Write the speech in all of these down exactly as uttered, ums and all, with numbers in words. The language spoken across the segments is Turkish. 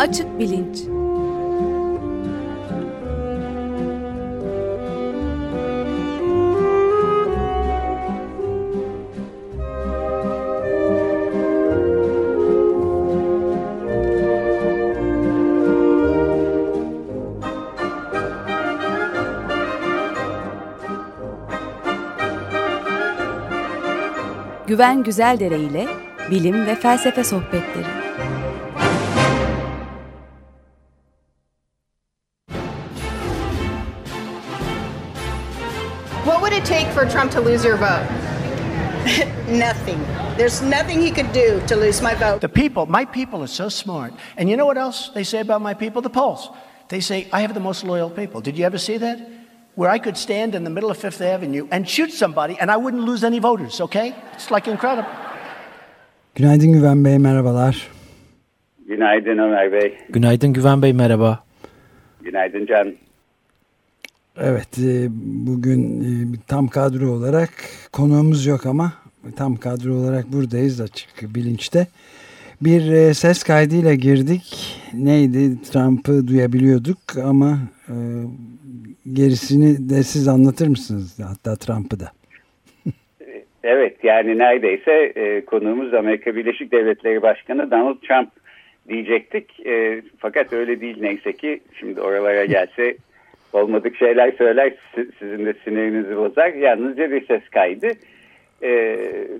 Açık Bilinç. Güven Güzeldere ile bilim ve felsefe sohbetleri. What would it take for Trump to lose your vote? Nothing. There's nothing he could do to lose my vote. The people, my people are so smart. And you know what else they say about my people? The polls. They say, I have the most loyal people. Did you ever see that? Where I could stand in the middle of Fifth Avenue and shoot somebody and I wouldn't lose any voters, okay? It's like incredible. Günaydın Güven Bey, merhabalar. Günaydın Ömer Bey. Günaydın Güven Bey, merhaba. Günaydın Can. Evet, bugün tam kadro olarak konuğumuz yok ama tam kadro olarak buradayız Açık Bilinç'te. Bir ses kaydıyla girdik. Neydi? Trump'ı duyabiliyorduk ama e, gerisini de siz anlatır mısınız? Hatta Trump'ı da. Evet, yani neredeyse e, konuğumuz Amerika Birleşik Devletleri Başkanı Donald Trump diyecektik. E, fakat öyle değil neyse ki. Şimdi oralara gelse olmadık şeyler söyler, sizin de sinirinizi bozar. Yalnızca bir ses kaydı. E,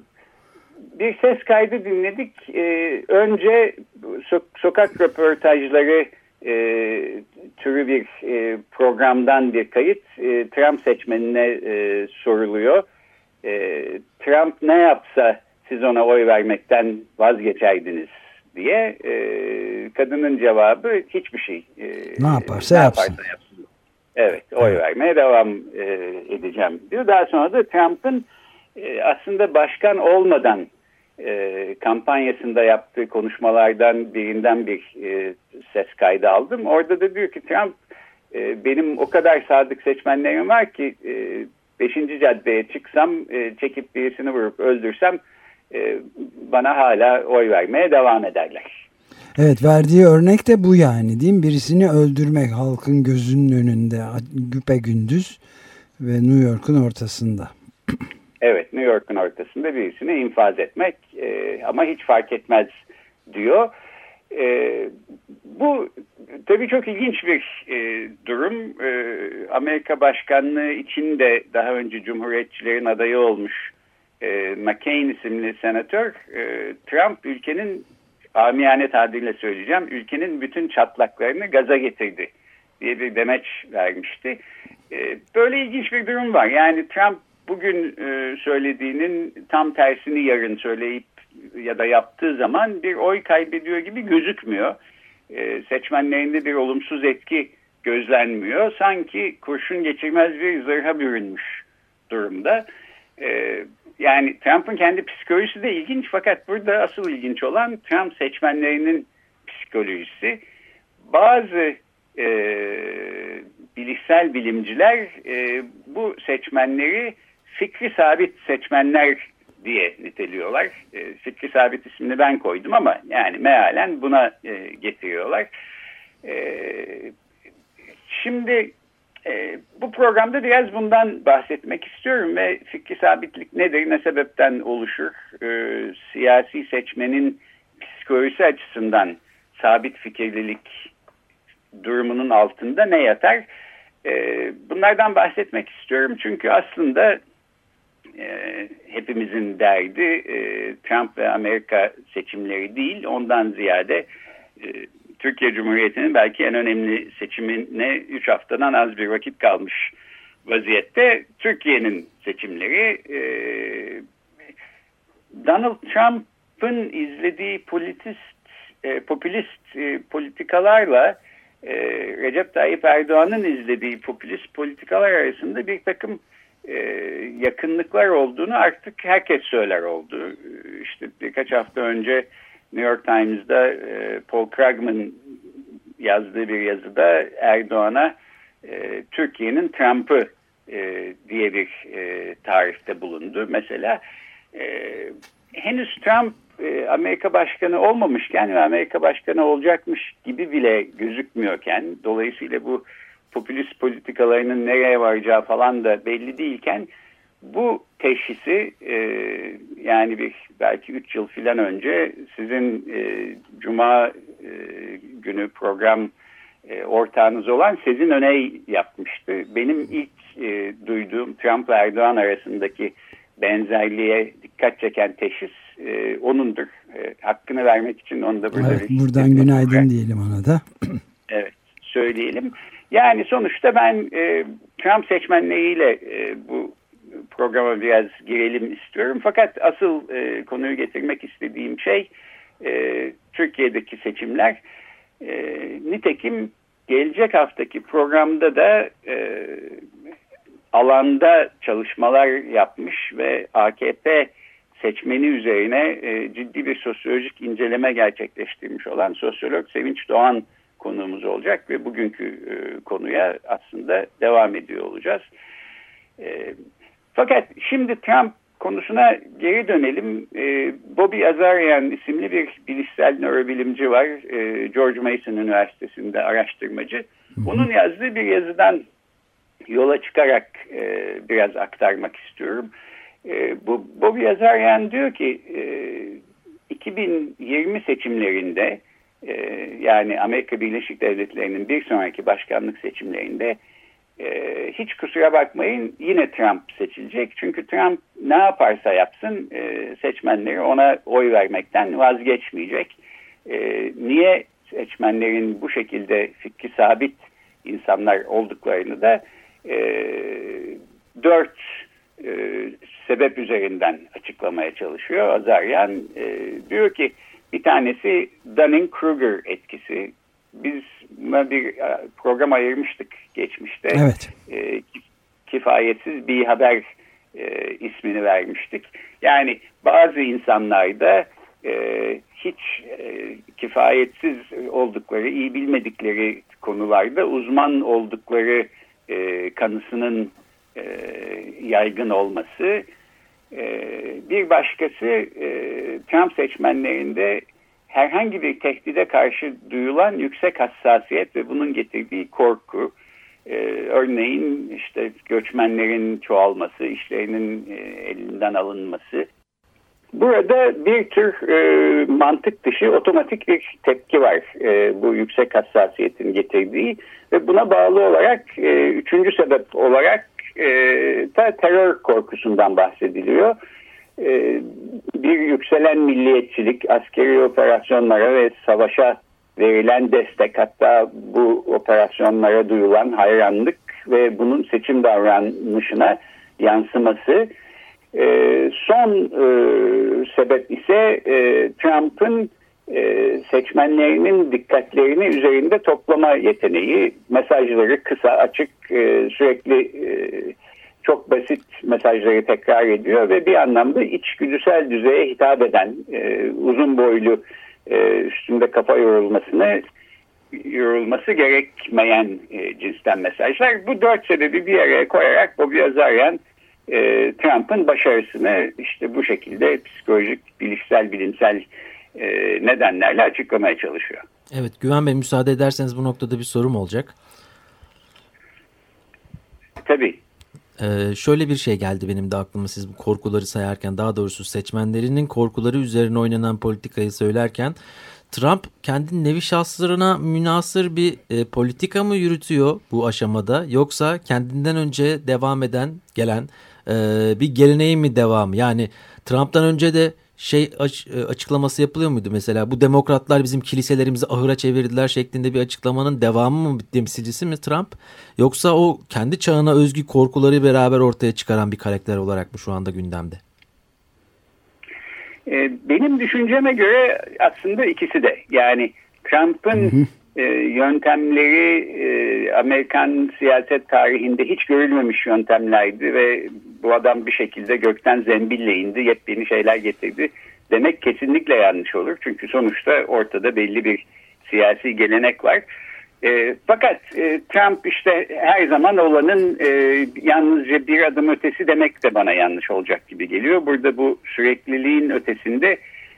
bir ses kaydı dinledik. E, önce so- sokak röportajları e, türü bir e, programdan bir kayıt. E, Trump seçmenine e, soruluyor. E, Trump ne yapsa siz ona oy vermekten vazgeçerdiniz diye. E, kadının cevabı hiçbir şey. E, ne yaparsa, ne yapsın. yaparsa yapsın. Evet, oy evet. vermeye devam e, edeceğim diyor. Daha sonra da Trump'ın e, aslında başkan olmadan e, kampanyasında yaptığı konuşmalardan birinden bir e, ses kaydı aldım. Orada da diyor ki Trump e, benim o kadar sadık seçmenlerim var ki e, beşinci caddeye çıksam, e, çekip birisini vurup öldürsem e, bana hala oy vermeye devam ederler. Evet, verdiği örnek de bu yani, değil mi? Birisini öldürmek halkın gözünün önünde, güpegündüz ve New York'un ortasında. Evet, New York'un ortasında birisini infaz etmek e, ama hiç fark etmez diyor. E, bu tabii çok ilginç bir e, durum. E, Amerika Başkanlığı için de daha önce Cumhuriyetçilerin adayı olmuş e, McCain isimli senatör, e, Trump ülkenin, amiyane tabirle söyleyeceğim, ülkenin bütün çatlaklarını gaza getirdi diye bir demeç vermişti. E, böyle ilginç bir durum var. Yani Trump bugün e, söylediğinin tam tersini yarın söyleyip ya da yaptığı zaman bir oy kaybediyor gibi gözükmüyor. E, seçmenlerinde bir olumsuz etki gözlenmiyor. Sanki kurşun geçirmez bir zırha bürünmüş durumda. E, yani Trump'ın kendi psikolojisi de ilginç, fakat burada asıl ilginç olan Trump seçmenlerinin psikolojisi. Bazı e, bilişsel bilimciler e, bu seçmenleri fikri sabit seçmenler diye niteliyorlar. E, fikri sabit ismini ben koydum ama yani mealen buna e, getiriyorlar. E, şimdi e, bu programda biraz bundan bahsetmek istiyorum ve fikri sabitlik nedir, ne sebepten oluşur, e, siyasi seçmenin psikolojisi açısından sabit fikirlilik durumunun altında ne yatar? E, bunlardan bahsetmek istiyorum çünkü aslında e, hepimizin derdi e, Trump ve Amerika seçimleri değil, ondan ziyade e, Türkiye Cumhuriyeti'nin belki en önemli seçimine üç haftadan az bir vakit kalmış vaziyette Türkiye'nin seçimleri. E, Donald Trump'ın izlediği politist, e, popülist e, politikalarla e, Recep Tayyip Erdoğan'ın izlediği popülist politikalar arasında bir takım e, yakınlıklar olduğunu artık herkes söyler oldu. İşte birkaç hafta önce New York Times'da e, Paul Krugman yazdığı bir yazıda Erdoğan'a e, Türkiye'nin Trump'ı e, diye bir e, tarifte bulundu. Mesela e, henüz Trump e, Amerika Başkanı olmamışken ve Amerika Başkanı olacakmış gibi bile gözükmüyorken, dolayısıyla bu popülist politikalarının nereye varacağı falan da belli değilken, bu teşhisi e, yani bir belki üç yıl filan önce sizin e, Cuma e, günü program e, ortağınız olan Sezin Öney yapmıştı. Benim ilk e, duyduğum Trump'la Erdoğan arasındaki benzerliğe dikkat çeken teşhis e, onundur. E, hakkını vermek için onu da burada evet, buradan günaydın olarak, diyelim ona da. Evet, söyleyelim. Yani sonuçta ben e, Trump seçmenleriyle e, bu programa biraz girelim istiyorum. Fakat asıl e, konuyu getirmek istediğim şey e, Türkiye'deki seçimler. E, nitekim gelecek haftaki programda da e, alanda çalışmalar yapmış ve A K P seçmeni üzerine e, ciddi bir sosyolojik inceleme gerçekleştirmiş olan sosyolog Sevinç Doğan konuğumuz olacak ve bugünkü e, konuya aslında devam ediyor olacağız. E, fakat şimdi Trump konusuna geri dönelim. E, Bobby Azarian isimli bir bilişsel nörobilimci var. E, George Mason Üniversitesi'nde araştırmacı. Onun yazdığı bir yazıdan yola çıkarak e, biraz aktarmak istiyorum. E, bu Bobby Azarian diyor ki e, iki bin yirmi seçimlerinde e, yani Amerika Birleşik Devletleri'nin bir sonraki başkanlık seçimlerinde e, hiç kusura bakmayın yine Trump seçilecek. Çünkü Trump ne yaparsa yapsın e, seçmenleri ona oy vermekten vazgeçmeyecek. E, niye seçmenlerin bu şekilde fikri sabit insanlar olduklarını da e, dört e, sebep üzerinden açıklamaya çalışıyor Azarian. E, diyor ki bir tanesi Dunning-Kruger etkisi. Biz buna bir program ayırmıştık geçmişte. Evet. E, kifayetsiz bir haber e, ismini vermiştik. Yani bazı insanlarda e, hiç e, kifayetsiz oldukları, iyi bilmedikleri konularda uzman oldukları e, kanısının e, yaygın olması. E, bir başkası e, Trump seçmenlerinde herhangi bir tehdide karşı duyulan yüksek hassasiyet ve bunun getirdiği korku. Ee, örneğin işte göçmenlerin çoğalması, işlerinin e, elinden alınması. Burada bir tür e, mantık dışı otomatik bir tepki var e, bu yüksek hassasiyetin getirdiği ve buna bağlı olarak e, üçüncü sebep olarak e, da terör korkusundan bahsediliyor. E, bir yükselen milliyetçilik, askeri operasyonlara ve savaşa verilen destek, hatta bu operasyonlara duyulan hayranlık ve bunun seçim davranışına yansıması. E, son e, sebep ise e, Trump'ın e, seçmenlerinin dikkatlerini üzerinde toplama yeteneği. Mesajları kısa, açık, e, sürekli e, çok basit mesajları tekrar ediyor ve bir anlamda içgüdüsel düzeye hitap eden e, uzun boylu e, üstünde kafa yorulmasını yorulması gerekmeyen e, cinsten mesajlar. Bu dört sebebi bir araya koyarak Bobby Azarian e, Trump'ın başarısını işte bu şekilde psikolojik, bilişsel, bilimsel e, nedenlerle açıklamaya çalışıyor. Evet, Güven Bey, müsaade ederseniz bu noktada bir sorum olacak. Tabii. Ee, şöyle bir şey geldi benim de aklıma siz bu korkuları sayarken, daha doğrusu seçmenlerinin korkuları üzerine oynanan politikayı söylerken, Trump kendi nevi şahslarına münhasır bir e, politika mı yürütüyor bu aşamada, yoksa kendinden önce devam eden gelen e, bir geleneğin mi devamı? Yani Trump'tan önce de şey aç, açıklaması yapılıyor muydu mesela, bu demokratlar bizim kiliselerimizi ahıra çevirdiler şeklinde bir açıklamanın devamı mı, temsilcisi mi Trump, yoksa o kendi çağına özgü korkuları beraber ortaya çıkaran bir karakter olarak mı şu anda gündemde? Benim düşünceme göre aslında ikisi de. Yani Trump'ın e, yöntemleri e, Amerikan siyaset tarihinde hiç görülmemiş yöntemlerdi ve bu adam bir şekilde gökten zembille indi, yepyeni şeyler getirdi demek kesinlikle yanlış olur. Çünkü sonuçta ortada belli bir siyasi gelenek var. E, fakat e, Trump işte her zaman olanın e, yalnızca bir adım ötesi demek de bana yanlış olacak gibi geliyor. Burada bu sürekliliğin ötesinde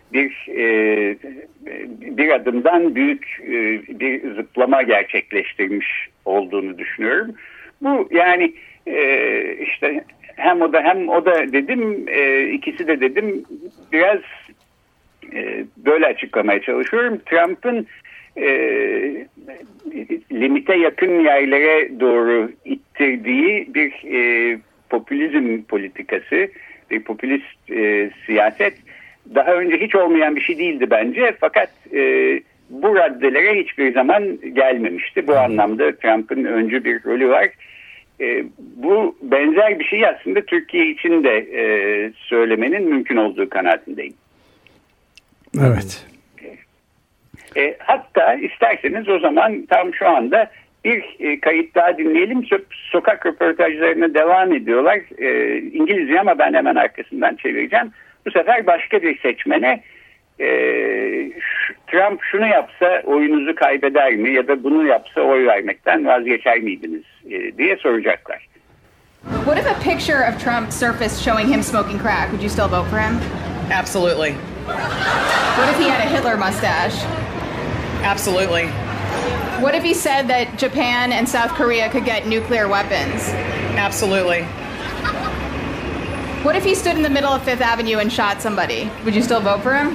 bir e, bir adımdan büyük e, bir zıplama gerçekleştirmiş olduğunu düşünüyorum. Bu yani e, işte hem o da hem o da dedim, e, ikisi de dedim, biraz e, böyle açıklamaya çalışıyorum. Trump'ın e, limite yakın yerlere doğru ittirdiği bir e, popülizm politikası, bir popülist e, siyaset daha önce hiç olmayan bir şey değildi bence. Fakat e, bu raddelere hiçbir zaman gelmemişti. Bu anlamda Trump'ın öncü bir rolü var. E, bu benzer bir şey aslında Türkiye için de e, söylemenin mümkün olduğu kanaatindeyim. Evet. E, hatta isterseniz o zaman tam şu anda bir e, kayıt daha dinleyelim. So- sokak röportajlarına devam ediyorlar. E, İngilizce ama ben hemen arkasından çevireceğim. Bu sefer başka bir seçmene e, Trump şunu yapsa oyunuzu kaybeder mi ya da bunu yapsa oy vermekten vazgeçer miydiniz e, diye soracaklar. What if a picture of Trump surfaced showing him smoking crack? Would you still vote for him? Absolutely. What if he had a Hitler mustache? Absolutely. What if he said that Japan and South Korea could get nuclear weapons? Absolutely. What if he stood in the middle of Fifth Avenue and shot somebody? Would you still vote for him?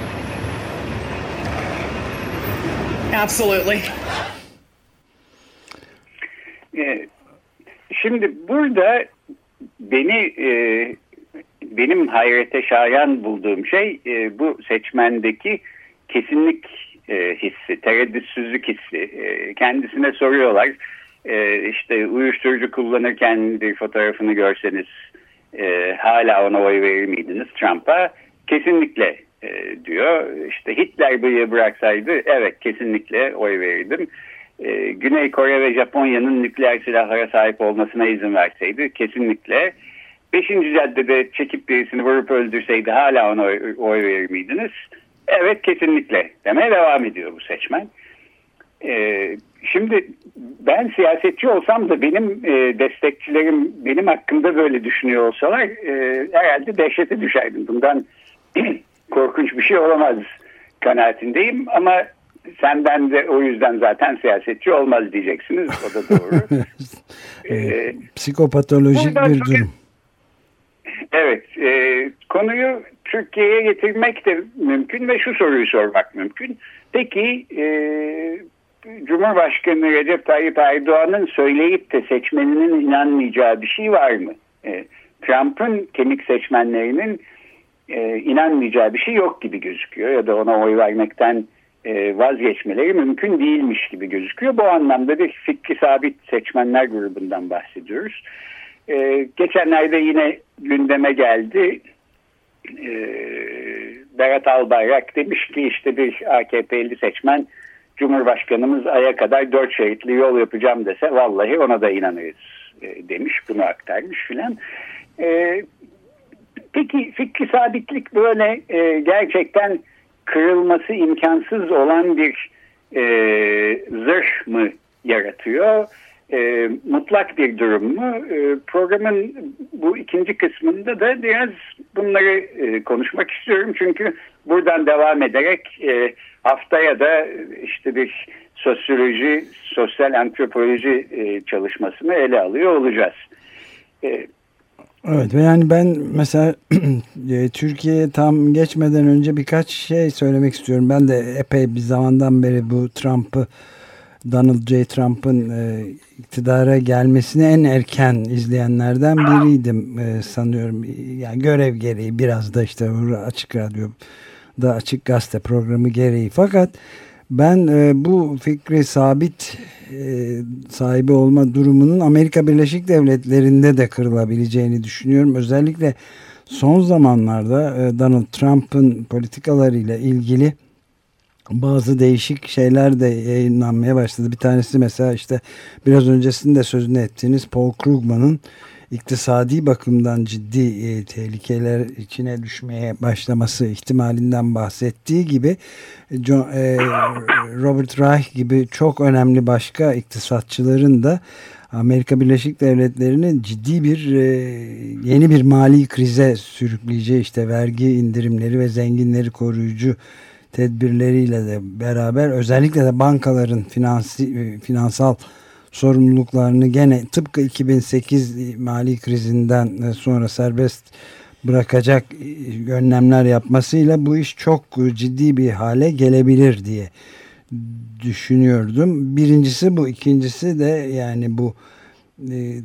Absolutely. Şimdi burada beni e, benim hayrete şayan bulduğum şey e, bu seçmendeki kesinlik e, hissi, tereddütsüzlük hissi. E, kendisine soruyorlar, e, işte uyuşturucu kullanırken bir fotoğrafını görseniz e, hala ona oy verir miydiniz Trump'a? Kesinlikle e, diyor. İşte Hitler bıyığı bıraksaydı evet kesinlikle oy verirdim. Ee, Güney Kore ve Japonya'nın nükleer silahlara sahip olmasına izin verseydi kesinlikle. Beşinci caddede çekip birisini vurup öldürseydi hala ona oy, oy verir miydiniz? Evet kesinlikle demeye devam ediyor bu seçmen. Ee, şimdi ben siyasetçi olsam da benim e, destekçilerim benim hakkımda böyle düşünüyor olsalar e, herhalde dehşete düşerdim. Bundan korkunç bir şey olamaz kanaatindeyim ama senden de o yüzden zaten siyasetçi olmaz diyeceksiniz. O da doğru. ee, Psikopatolojik bir durum. Evet. E, konuyu Türkiye'ye getirmek de mümkün ve şu soruyu sormak mümkün. Peki e, Cumhurbaşkanı Recep Tayyip Erdoğan'ın söyleyip de seçmeninin inanmayacağı bir şey var mı? E, Trump'ın kemik seçmenlerinin e, inanmayacağı bir şey yok gibi gözüküyor. Ya da ona oy vermekten vazgeçmeleri mümkün değilmiş gibi gözüküyor. Bu anlamda bir fikri sabit seçmenler grubundan bahsediyoruz. Ee, geçenlerde yine gündeme geldi. Ee, Berat Albayrak demiş ki işte bir A K P'li seçmen Cumhurbaşkanımız Ay'a kadar dört şeritli yol yapacağım dese vallahi ona da inanırız e, demiş. Bunu aktarmış filan. Ee, peki fikri sabitlik böyle e, gerçekten kırılması imkansız olan bir e, zırh mı yaratıyor? E, mutlak bir durum mu? E, programın bu ikinci kısmında da biraz bunları e, konuşmak istiyorum. Çünkü buradan devam ederek e, haftaya da işte bir sosyoloji, sosyal antropoloji e, çalışmasını ele alıyor olacağız. E, Evet ve yani ben mesela Türkiye'ye tam geçmeden önce birkaç şey söylemek istiyorum. Ben de epey bir zamandan beri bu Trump'ı, Donald J. Trump'ın e, iktidara gelmesini en erken izleyenlerden biriydim e, sanıyorum. Yani görev gereği biraz da işte Açık Radyo'da Açık Gazete programı gereği. Fakat ben e, bu fikri sabit e, sahibi olma durumunun Amerika Birleşik Devletleri'nde de kırılabileceğini düşünüyorum. Özellikle son zamanlarda e, Donald Trump'ın politikalarıyla ilgili bazı değişik şeyler de yayınlanmaya başladı. Bir tanesi mesela işte biraz öncesinde sözünü ettiğiniz Paul Krugman'ın iktisadi bakımdan ciddi e, tehlikeler içine düşmeye başlaması ihtimalinden bahsettiği gibi John, e, Robert Reich gibi çok önemli başka iktisatçıların da Amerika Birleşik Devletleri'nin ciddi bir e, yeni bir mali krize sürükleyeceği, işte vergi indirimleri ve zenginleri koruyucu tedbirleriyle de beraber özellikle de bankaların finansi, finansal sorumluluklarını gene tıpkı iki bin sekiz mali krizinden sonra serbest bırakacak önlemler yapmasıyla bu iş çok ciddi bir hale gelebilir diye düşünüyordum. Birincisi bu. İkincisi de yani bu e,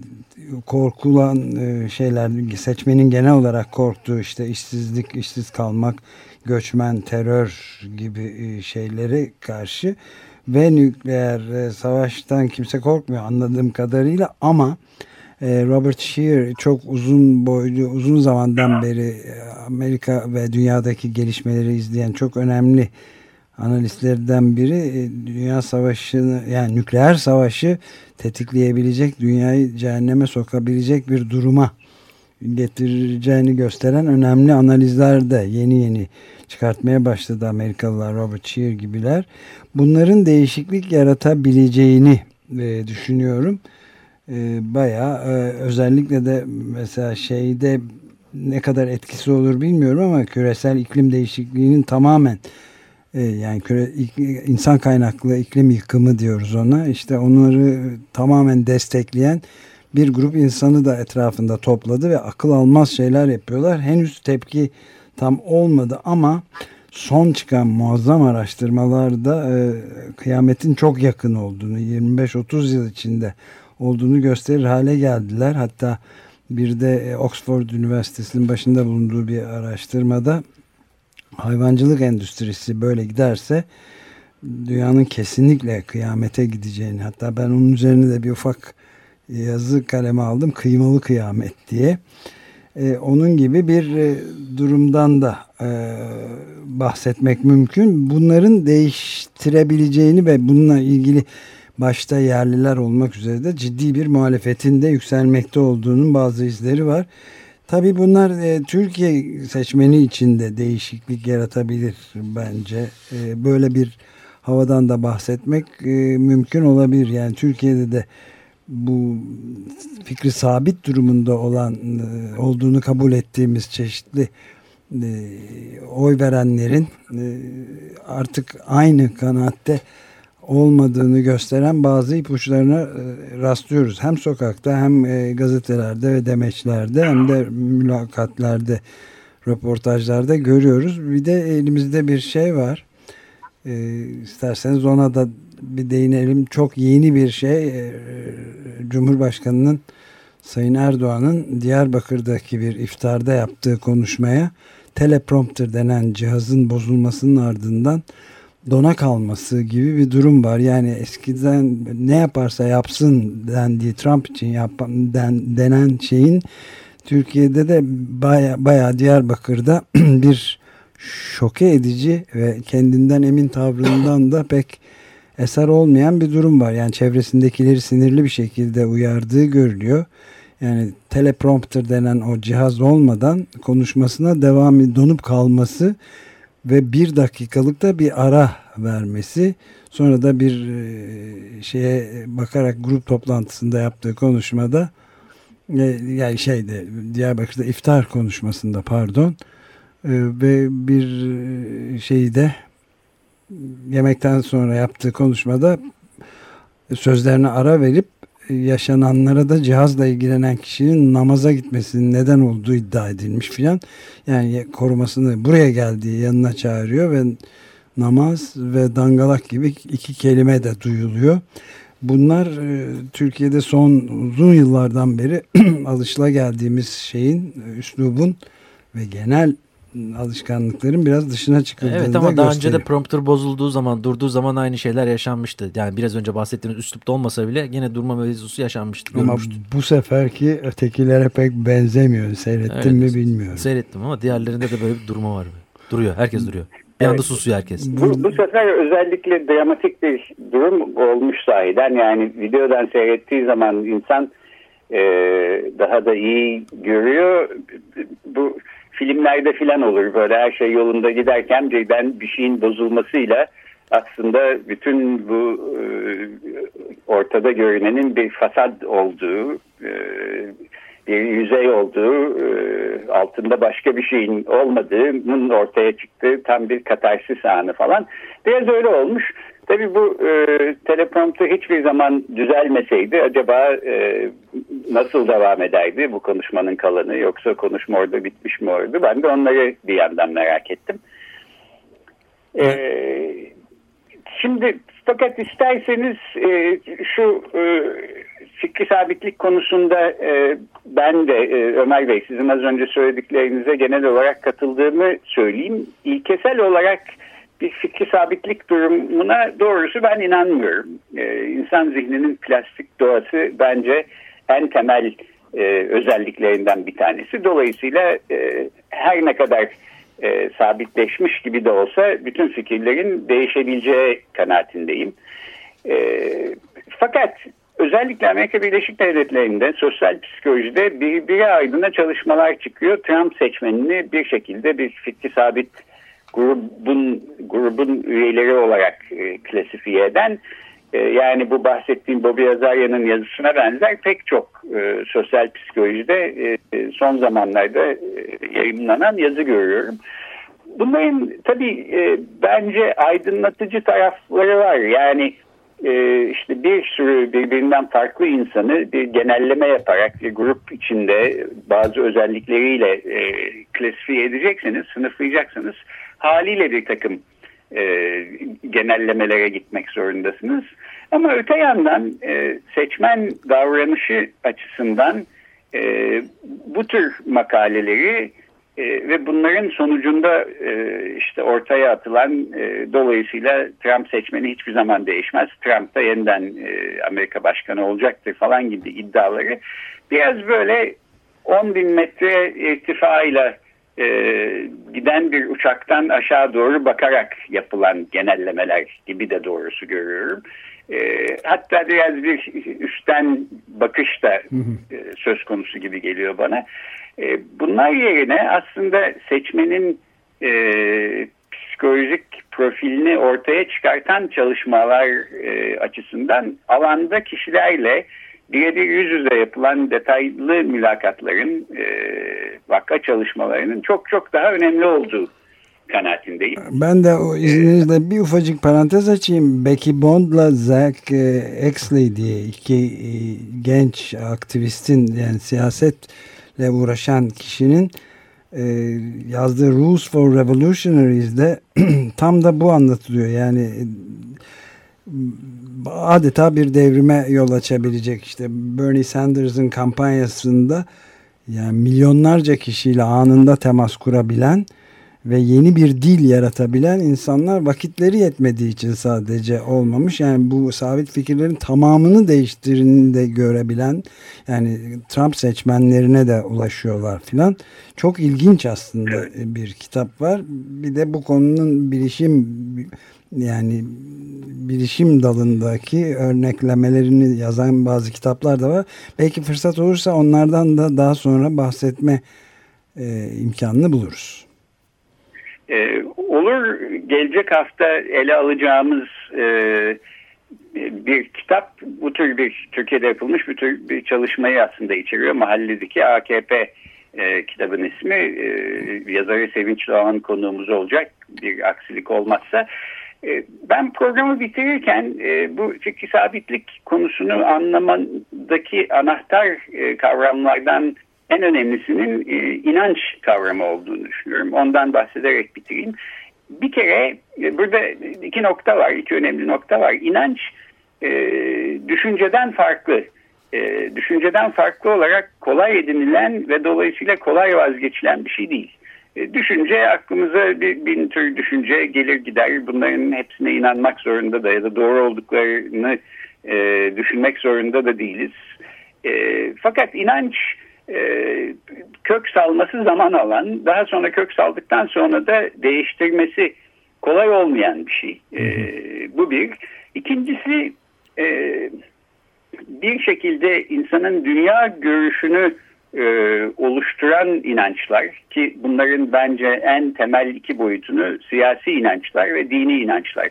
korkulan e, şeyler, seçmenin genel olarak korktuğu işte işsizlik, işsiz kalmak, göçmen, terör gibi e, şeylere karşı ve nükleer e, savaştan kimse korkmuyor anladığım kadarıyla, ama e, Robert Scheer çok uzun boylu, uzun zamandan beri e, Amerika ve dünyadaki gelişmeleri izleyen çok önemli analistlerden biri, dünya savaşını, yani nükleer savaşı tetikleyebilecek, dünyayı cehenneme sokabilecek bir duruma getireceğini gösteren önemli analizler de yeni yeni çıkartmaya başladı Amerikalılar, Robert Scheer gibiler. Bunların değişiklik yaratabileceğini e, düşünüyorum. E, bayağı e, özellikle de mesela şeyde ne kadar etkisi olur bilmiyorum ama küresel iklim değişikliğinin tamamen yani insan kaynaklı iklim yıkımı diyoruz ona. İşte onları tamamen destekleyen bir grup insanı da etrafında topladı ve akıl almaz şeyler yapıyorlar. Henüz tepki tam olmadı ama son çıkan muazzam araştırmalarda e, kıyametin çok yakın olduğunu, yirmi beş otuz yıl içinde olduğunu gösterir hale geldiler. Hatta bir de Oxford Üniversitesi'nin başında bulunduğu bir araştırmada hayvancılık endüstrisi böyle giderse dünyanın kesinlikle kıyamete gideceğini, hatta ben onun üzerine de bir ufak yazı kaleme aldım, kıymalı kıyamet diye. Ee, onun gibi bir e, durumdan da e, bahsetmek mümkün. Bunların değiştirebileceğini ve bununla ilgili başta yerliler olmak üzere de ciddi bir muhalefetin de yükselmekte olduğunun bazı izleri var. Tabii bunlar e, Türkiye seçmeni için de değişiklik yaratabilir bence. E, böyle bir havadan da bahsetmek e, mümkün olabilir. Yani Türkiye'de de bu fikri sabit durumunda olan e, olduğunu kabul ettiğimiz çeşitli e, oy verenlerin e, artık aynı kanaatte olmadığını gösteren bazı ipuçlarına e, rastlıyoruz. Hem sokakta hem e, gazetelerde ve demeçlerde hem de mülakatlerde, röportajlarda görüyoruz. Bir de elimizde bir şey var. E, isterseniz ona da bir değinelim. Çok yeni bir şey. E, Cumhurbaşkanı'nın, Sayın Erdoğan'ın Diyarbakır'daki bir iftarda yaptığı konuşmaya teleprompter denen cihazın bozulmasının ardından dona kalması gibi bir durum var. Yani eskiden ne yaparsa yapsın dendiği, Trump için yapan den, denen şeyin Türkiye'de de baya baya Diyarbakır'da bir şoke edici ve kendinden emin tavrından da pek eser olmayan bir durum var. Yani çevresindekileri sinirli bir şekilde uyardığı görülüyor. Yani teleprompter denen o cihaz olmadan konuşmasına devam donup kalması ve bir dakikalık da bir ara vermesi, sonra da bir şeye bakarak grup toplantısında yaptığı konuşmada, yani şeyde Diyarbakır'da iftar konuşmasında pardon, ve bir şeyde yemekten sonra yaptığı konuşmada sözlerine ara verip yaşananlara da cihazla ilgilenen kişinin namaza gitmesinin neden olduğu iddia edilmiş filan. Yani korumasını buraya geldiği yanına çağırıyor ve namaz ve dangalak gibi iki kelime de duyuluyor. Bunlar e, Türkiye'de son uzun yıllardan beri alışılageldiğimiz şeyin, üslubun ve genel alışkanlıkların biraz dışına çıkıldığını evet, da ama daha önce gösteriyor. de prompter bozulduğu zaman, durduğu zaman aynı şeyler yaşanmıştı. Yani biraz önce bahsettiğiniz üslupta olmasa bile yine durma mevzusu yaşanmıştı. Ama görmüştü. bu seferki ötekilere pek benzemiyor. Seyrettim Evet, mi bilmiyorum. Seyrettim ama diğerlerinde de böyle bir durma var. Duruyor. Herkes duruyor. Bir anda Evet. susuyor herkes. Bu, bu sefer özellikle dramatik bir durum olmuş sahiden. Yani videodan seyrettiği zaman insan e, daha da iyi görüyor. Bu filmlerde filan olur, böyle her şey yolunda giderken birden bir şeyin bozulmasıyla aslında bütün bu e, ortada görünenin bir fasad olduğu, e, bir yüzey olduğu, e, altında başka bir şeyin olmadığının ortaya çıktığı tam bir katarsis anı falan. Biraz öyle olmuş. Tabii bu e, teleprompter hiçbir zaman düzelmeseydi acaba e, nasıl devam ederdi bu konuşmanın kalanı, yoksa konuşma orada bitmiş mi olurdu? Ben de onları bir yandan merak ettim. E, şimdi fakat isterseniz e, şu e, fikri sabitlik konusunda e, ben de e, Ömer Bey sizin az önce söylediklerinize genel olarak katıldığımı söyleyeyim. İlkesel olarak bir fikri sabitlik durumuna doğrusu ben inanmıyorum. Ee, insan zihninin plastik doğası bence en temel e, özelliklerinden bir tanesi. Dolayısıyla e, her ne kadar e, sabitleşmiş gibi de olsa bütün fikirlerin değişebileceği kanaatindeyim. E, fakat özellikle Amerika Birleşik Devletleri'nde sosyal psikolojide birbiri ardına çalışmalar çıkıyor. Trump seçmenini bir şekilde bir fikri sabit grubun grubun üyeleri olarak e, klasifiye eden, e, yani bu bahsettiğim Bobby Azarya'nın yazısına benzer pek çok e, sosyal psikolojide e, son zamanlarda e, yayınlanan yazı görüyorum. Bunların tabii e, bence aydınlatıcı tarafları var. Yani e, işte bir sürü birbirinden farklı insanı bir genelleme yaparak bir grup içinde bazı özellikleriyle e, klasifiye edecekseniz, sınıflayacaksınız. Haliyle bir takım e, genellemelere gitmek zorundasınız. Ama öte yandan e, seçmen davranışı açısından e, bu tür makaleleri e, ve bunların sonucunda e, işte ortaya atılan e, dolayısıyla Trump seçmeni hiçbir zaman değişmez, Trump da yeniden e, Amerika başkanı olacaktır falan gibi iddiaları biraz böyle on bin metre irtifayla Ee, giden bir uçaktan aşağı doğru bakarak yapılan genellemeler gibi de doğrusu görüyorum. Ee, hatta biraz bir üstten bakış da e, söz konusu gibi geliyor bana. Ee, bunlar yerine aslında seçmenin e, psikolojik profilini ortaya çıkartan çalışmalar e, açısından alanda kişilerle birebir yüz yüze yapılan detaylı mülakatların, e, vaka çalışmalarının çok çok daha önemli olduğu kanaatindeyim. Ben de o izninizle bir ufacık parantez açayım. Becky Bond'la Zach Exley diye iki e, genç aktivistin, yani siyasetle uğraşan kişinin e, yazdığı Rules for Revolutionies'de tam da bu anlatılıyor. Yani adeta bir devrime yol açabilecek, işte Bernie Sanders'ın kampanyasında yani milyonlarca kişiyle anında temas kurabilen ve yeni bir dil yaratabilen insanlar vakitleri yetmediği için sadece olmamış. Yani bu sabit fikirlerin tamamını değiştirdiğini de görebilen, yani Trump seçmenlerine de ulaşıyorlar filan. Çok ilginç aslında bir kitap var. Bir de bu konunun bilişim, yani bilişim dalındaki örneklemelerini yazan bazı kitaplar da var. Belki fırsat olursa onlardan da daha sonra bahsetme e, imkanını buluruz. Ee, olur, gelecek hafta ele alacağımız e, bir kitap bu tür bir Türkiye'de yapılmış bir tür bir çalışmayı aslında içeriyor. Mahalledeki A K P e, kitabın ismi. E, yazarı Sevinç Doğan konuğumuz olacak bir aksilik olmazsa. E, ben programı bitirirken e, bu fikri sabitlik konusunu anlamandaki anahtar e, kavramlardan en önemlisinin e, inanç kavramı olduğunu düşünüyorum. Ondan bahsederek bitireyim. Bir kere e, burada iki nokta var, iki önemli nokta var. İnanç e, düşünceden farklı. E, düşünceden farklı olarak kolay edinilen ve dolayısıyla kolay vazgeçilen bir şey değil. E, düşünce, aklımıza bir bin tür düşünce gelir gider. Bunların hepsine inanmak zorunda da ya da doğru olduklarını e, düşünmek zorunda da değiliz. E, fakat inanç Ee, kök salması zaman alan, daha sonra kök saldıktan sonra da değiştirmesi kolay olmayan bir şey. Ee, bu bir. İkincisi e, bir şekilde insanın dünya görüşünü e, oluşturan inançlar, ki bunların bence en temel iki boyutunu siyasi inançlar ve dini inançlar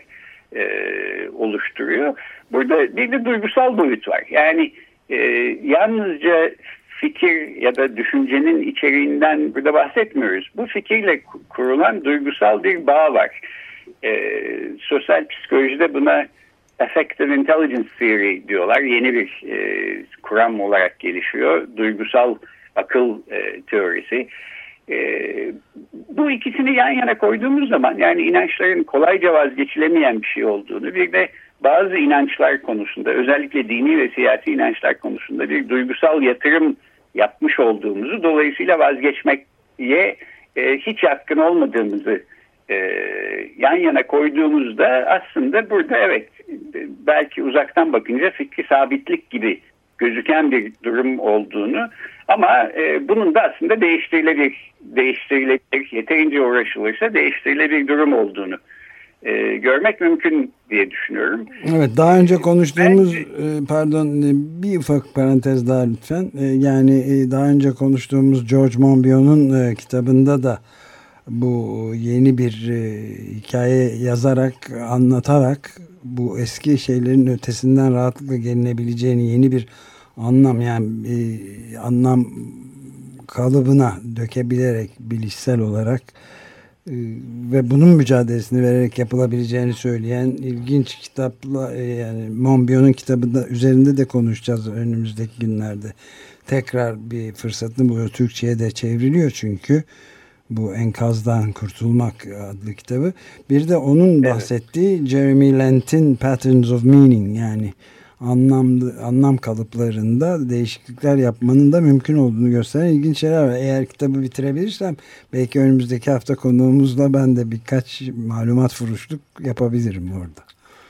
e, oluşturuyor. Burada bir de duygusal boyut var. Yani e, yalnızca fikir ya da düşüncenin içeriğinden burada bahsetmiyoruz. Bu fikirle kurulan duygusal bir bağ var. E, sosyal psikolojide buna Affective Intelligence Theory diyorlar. Yeni bir e, kuram olarak gelişiyor. Duygusal akıl e, teorisi. E, bu ikisini yan yana koyduğumuz zaman, yani inançların kolayca vazgeçilemeyen bir şey olduğunu, bir de bazı inançlar konusunda, özellikle dini ve siyasi inançlar konusunda bir duygusal yatırım yapmış olduğumuzu, dolayısıyla vazgeçmeye e, hiç yatkın olmadığımızı e, yan yana koyduğumuzda aslında burada evet belki uzaktan bakınca fikri sabitlik gibi gözüken bir durum olduğunu, ama e, bunun da aslında değiştirilebilir, değiştirilebilir, yeterince uğraşılırsa değiştirilebilir durum olduğunu e, görmek mümkün diye düşünüyorum. Evet, daha önce konuştuğumuz ben, e, pardon bir ufak parantez daha lütfen. E, yani e, daha önce konuştuğumuz George Monbiot'un e, kitabında da bu yeni bir e, hikaye yazarak, anlatarak bu eski şeylerin ötesinden rahatlıkla gelinebileceğini, yeni bir anlam, yani e, anlam kalıbına dökebilerek bilişsel olarak e, ve bunun mücadelesini vererek yapılabileceğini söyleyen ilginç kitapla, e, yani Monbiot'un kitabında üzerinde de konuşacağız önümüzdeki günlerde. Tekrar bir fırsatını buluyor. Türkçe'ye de çevriliyor çünkü. Bu Enkazdan Kurtulmak adlı kitabı. Bir de onun bahsettiği evet. Jeremy Lent'in Patterns of Meaning, yani anlamlı, anlam kalıplarında değişiklikler yapmanın da mümkün olduğunu gösteren ilginç şeyler var. Eğer kitabı bitirebilirsem belki önümüzdeki hafta konuğumuzla ben de birkaç malumat furuşluk yapabilirim orada.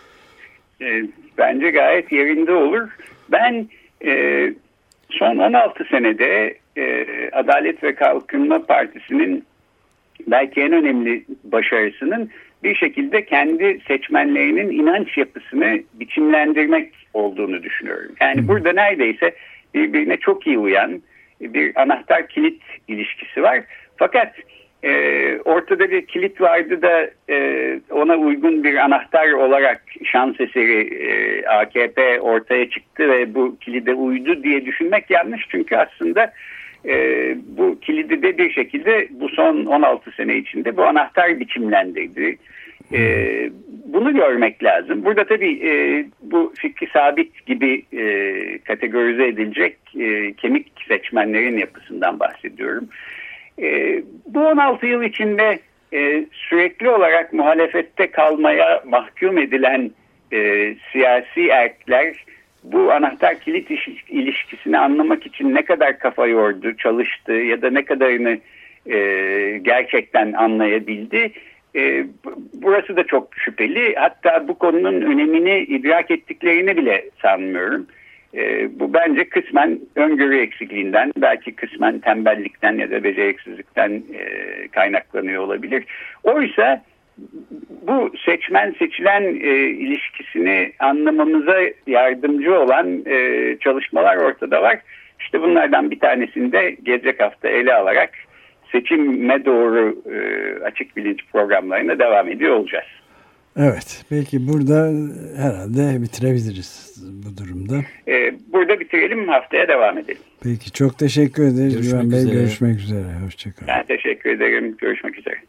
E, bence gayet yerinde olur. Ben e, son on altı senede e, Adalet ve Kalkınma Partisi'nin belki en önemli başarısının bir şekilde kendi seçmenlerinin inanç yapısını biçimlendirmek olduğunu düşünüyorum. Yani hmm. burada neredeyse birbirine çok iyi uyan bir anahtar kilit ilişkisi var. Fakat e, ortada bir kilit vardı da e, ona uygun bir anahtar olarak şans eseri e, A K P ortaya çıktı ve bu kilide uydu diye düşünmek yanlış. Çünkü aslında e, bu kilidi de bir şekilde bu son on altı sene içinde bu anahtar biçimlendirdi. E, bunu görmek lazım. Burada tabii e, bu fikri sabit gibi e, kategorize edilecek e, kemik seçmenlerin yapısından bahsediyorum. E, bu on altı yıl içinde e, sürekli olarak muhalefette kalmaya mahkum edilen e, siyasi erkler bu anahtar kilit ilişkisini anlamak için ne kadar kafa yordu, çalıştı ya da ne kadarını e, gerçekten anlayabildi. E, burası da çok şüpheli. Hatta bu konunun önemini idrak ettiklerini bile sanmıyorum. E, bu bence kısmen öngörü eksikliğinden, belki kısmen tembellikten ya da beceriksizlikten e, kaynaklanıyor olabilir. Oysa bu seçmen seçilen e, ilişkisini anlamamıza yardımcı olan e, çalışmalar ortada var. İşte bunlardan bir tanesini de gelecek hafta ele alarak seçime doğru e, açık bilinç programlarına devam ediyor olacağız. Evet, peki burada herhalde bitirebiliriz bu durumda. E, burada bitirelim, haftaya devam edelim. Peki, çok teşekkür ederiz. Görüşmek Güven Bey, üzere. görüşmek üzere. Hoşçakalın. Ben teşekkür ederim. Görüşmek üzere.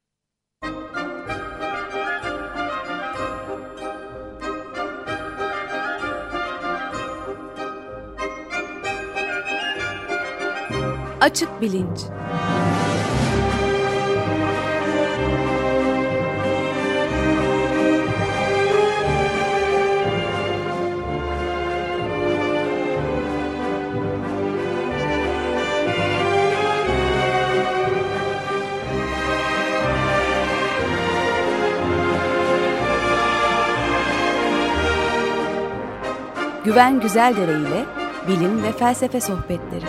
Açık Bilinç. Güven Güzeldere ile bilim ve felsefe sohbetleri.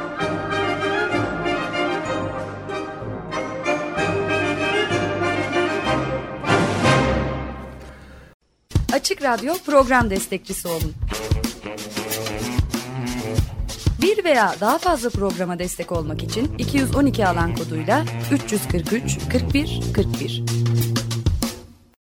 Açık Radyo program destekçisi olun. Bir veya daha fazla programa destek olmak için iki yüz on iki alan koduyla üç yüz kırk üç kırk bir kırk bir